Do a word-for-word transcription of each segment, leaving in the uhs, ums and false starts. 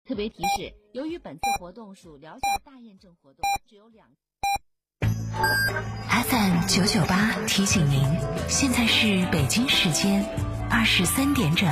特别提示，由于本次活动属疗效大验证活动，只有两。 F M 九九八提醒您，现在是北京时间二十三点整。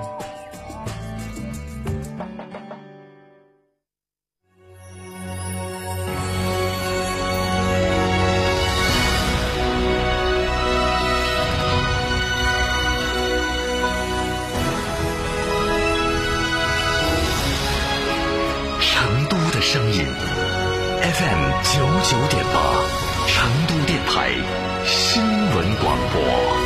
成都的声音 F M 九九点八，成都电台新闻广播。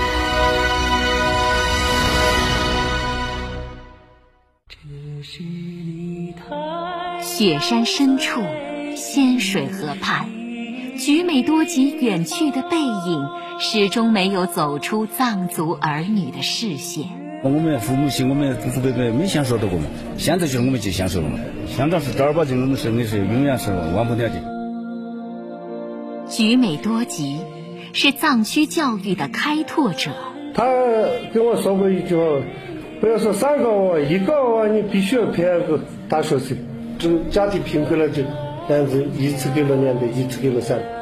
雪山深处，仙水河畔，菊美多吉远去的背影，始终没有走出藏族儿女的视线。 我们父母亲，我们祖祖辈辈没享受到过嘛，现在就是我们去享受了嘛。香港是正儿八经，我们是那是永远是忘不掉的。 菊美多吉是藏区教育的开拓者。 他跟我说过一句话，不要说三个娃，一个娃你必须要培养个大学生。这家庭贫困了就这样子，一次给了两个，一次给了三个。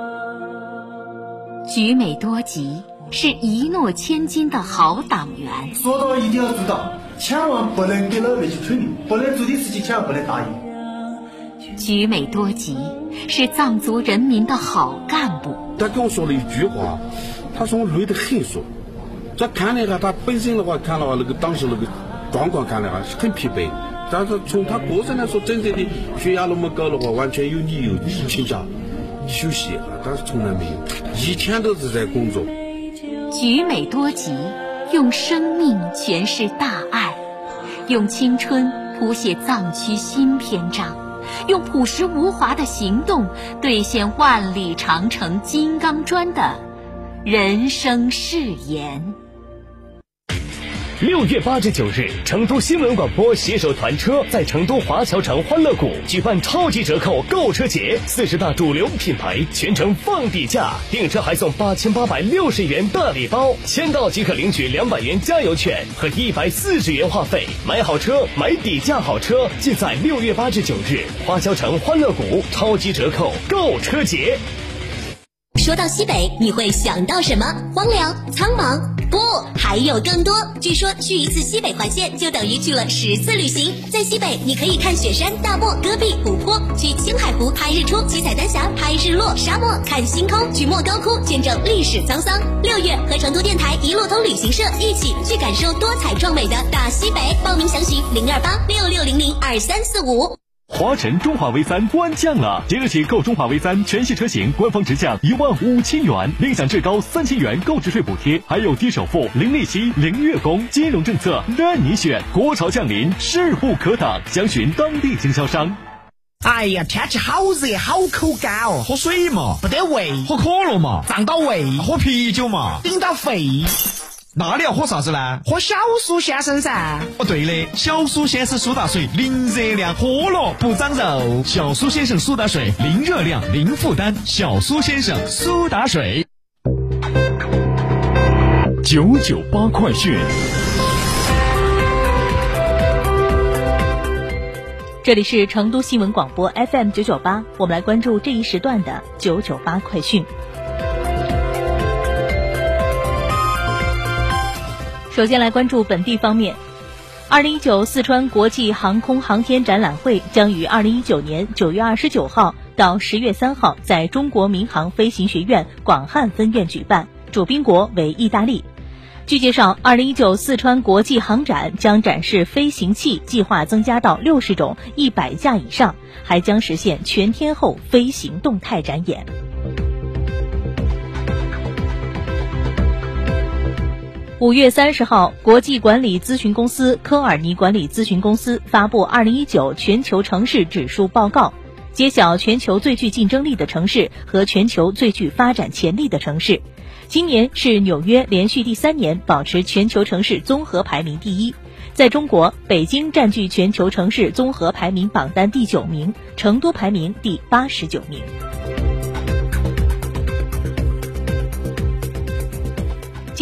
菊美多吉是一诺千金的好党员， 说到一定要做到，千万不能给老百姓吹牛，不能做的事情千万不能答应。 菊美多吉是藏族人民的好干部。 他跟我说了一句话，他说我累得很说，这看了一下他本身的话，看了那个当时那个状况看了哈是很疲惫，但是从他个人来说，真正的血压那么高的话，完全有理由请假休息，但是从来没有，一天都是在工作。 菊美多吉用生命诠释大爱，用青春谱写藏区新篇章，用朴实无华的行动兑现万里长城金刚砖的人生誓言。 六月八至九日，成都新闻广播携手团车在成都华侨城欢乐谷举办超级折扣购车节，四十大主流品牌全程放底价，订车还送八千八百六十元大礼包，签到即可领取两百元加油券和一百四十元话费。买好车，买底价好车，尽在六月八至九日华侨城欢乐谷超级折扣购车节。 说到西北，你会想到什么？荒凉、苍茫？不，还有更多。据说去一次西北环线就等于去了十次旅行。在西北，你可以看雪山、大漠、戈壁、湖泊，去青海湖拍日出、七彩丹霞拍日落，沙漠看星空，去莫高窟见证历史沧桑。六月和成都电台一路通旅行社一起去感受多彩壮美的大西北。报名详询零二八六六零零二三四五。 华晨中华 V 三官降了，即日起购中华 V 三全系车型官方直降一万五千元，另享至高三千元购置税补贴，还有低首付、零利息、零月供，金融政策任你选。国潮降临，势不可挡，详询当地经销商。 哎呀，天气好热，好口干哦，喝水嘛，不得胃；喝可乐嘛，胀到胃；喝啤酒嘛，顶到肺。那你要喝啥子呢？喝小苏先生噻。哦，对的，小苏先生苏打水，零热量，喝了不长肉。小苏先生苏打水，零热量，零负担。小苏先生苏打水。 九九八快讯。 这里是成都新闻广播 F M 九九八，我们来关注这一时段的九九八快讯。首先来关注本地方面，二零一九四川国际航空航天展览会将于二零一九年九月二十九号到十月三号在中国民航飞行学院广汉分院举办，主宾国为意大利。据介绍，二零一九四川国际航展将展示飞行器计划增加到六十种、一百架以上，还将实现全天候飞行动态展演。五月三十号，国际管理咨询公司科尔尼管理咨询公司发布二零一九全球城市指数报告，揭晓全球最具竞争力的城市和全球最具发展潜力的城市。今年是纽约连续第三年保持全球城市综合排名第一。在中国，北京占据全球城市综合排名榜单第九名，成都排名第八十九名。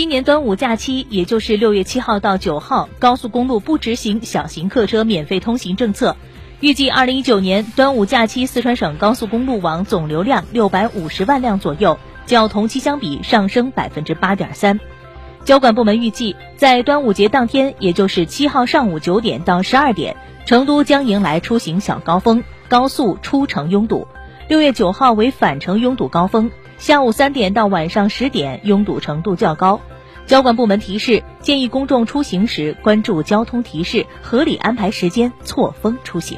今年端午假期，也就是六月七号到九号，高速公路不执行小型客车免费通行政策。预计二零一九年端午假期，四川省高速公路网总流量六百五十万辆左右，较同期相比上升百分之八点三。交管部门预计，在端午节当天，也就是七号上午九点到十二点，成都将迎来出行小高峰，高速出城拥堵。六月九号为返程拥堵高峰，下午三点到晚上十点拥堵程度较高。交管部门提示，建议公众出行时关注交通提示，合理安排时间，错峰出行。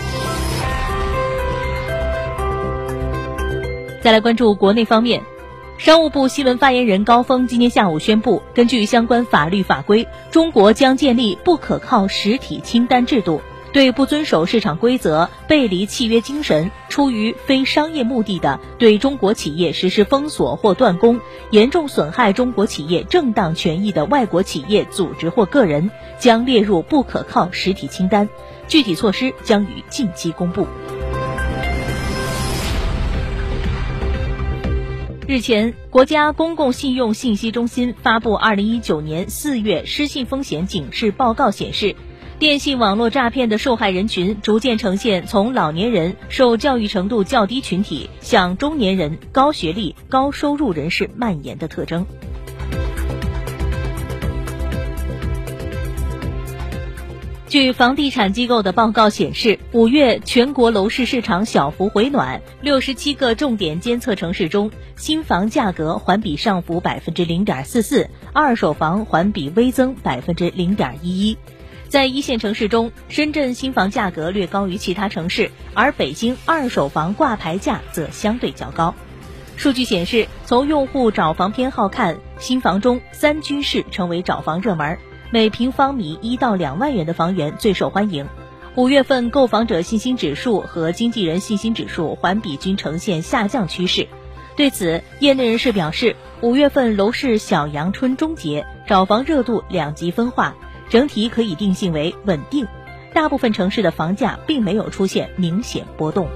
再来关注国内方面，商务部新闻发言人高峰今天下午宣布，根据相关法律法规，中国将建立不可靠实体清单制度，对不遵守市场规则、背离契约精神、出于非商业目的的对中国企业实施封锁或断供，严重损害中国企业正当权益的外国企业、组织或个人，将列入不可靠实体清单。具体措施将于近期公布。日前，国家公共信用信息中心发布二零一九年四月失信风险警示报告显示，电信网络诈骗的受害人群逐渐呈现从老年人、受教育程度较低群体向中年人、高学历、高收入人士蔓延的特征。据房地产机构的报告显示，五月全国楼市市场小幅回暖，六十七个重点监测城市中，新房价格环比上浮百分之零点四四，二手房环比微增百分之零点一一。在一线城市中，深圳新房价格略高于其他城市，而北京二手房挂牌价则相对较高。数据显示，从用户找房偏好看，新房中三居室成为找房热门，每平方米一到两万元的房源最受欢迎。五月份购房者信心指数和经纪人信心指数环比均呈现下降趋势。对此，业内人士表示，五月份楼市小阳春终结，找房热度两极分化，整体可以定性为稳定，大部分城市的房价并没有出现明显波动。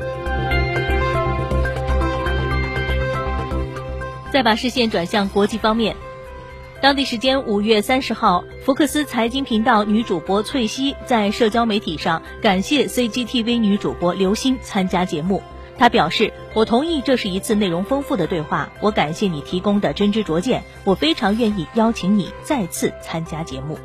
再把视线转向国际方面，当地时间五月三十号，福克斯财经频道女主播翠西在社交媒体上感谢 C G T V 女主播刘星参加节目。她表示，我同意这是一次内容丰富的对话，我感谢你提供的真知灼见，我非常愿意邀请你再次参加节目。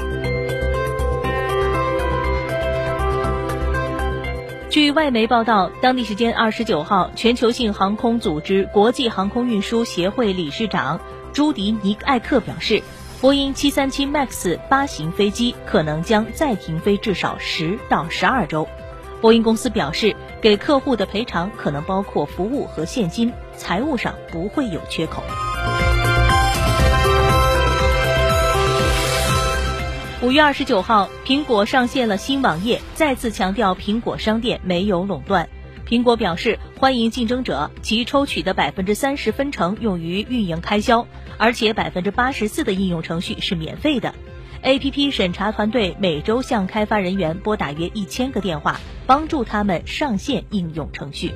据外媒报道，当地时间二十九号，全球性航空组织国际航空运输协会理事长朱迪尼艾克表示，波音七三七 MAX 八型飞机可能将再停飞至少十到十二周。波音公司表示，给客户的赔偿可能包括服务和现金，财务上不会有缺口。五月二十九号，苹果上线了新网页，再次强调苹果商店没有垄断。苹果表示欢迎竞争者，其抽取的百分之三十分成用于运营开销，而且百分之八十四的应用程序是免费的。A P P 审查团队每周向开发人员拨打约一千个电话，帮助他们上线应用程序。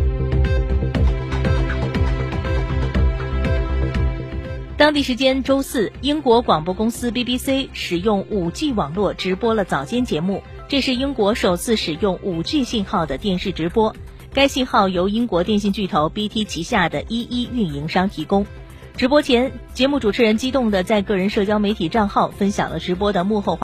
当地时间周四，英国广播公司 B B C 使用 五 G 网络直播了早间节目，这是英国首次使用 五 G 信号的电视直播。该信号由英国电信巨头 B T 旗下的一一运营商提供。直播前，节目主持人激动地在个人社交媒体账号分享了直播的幕后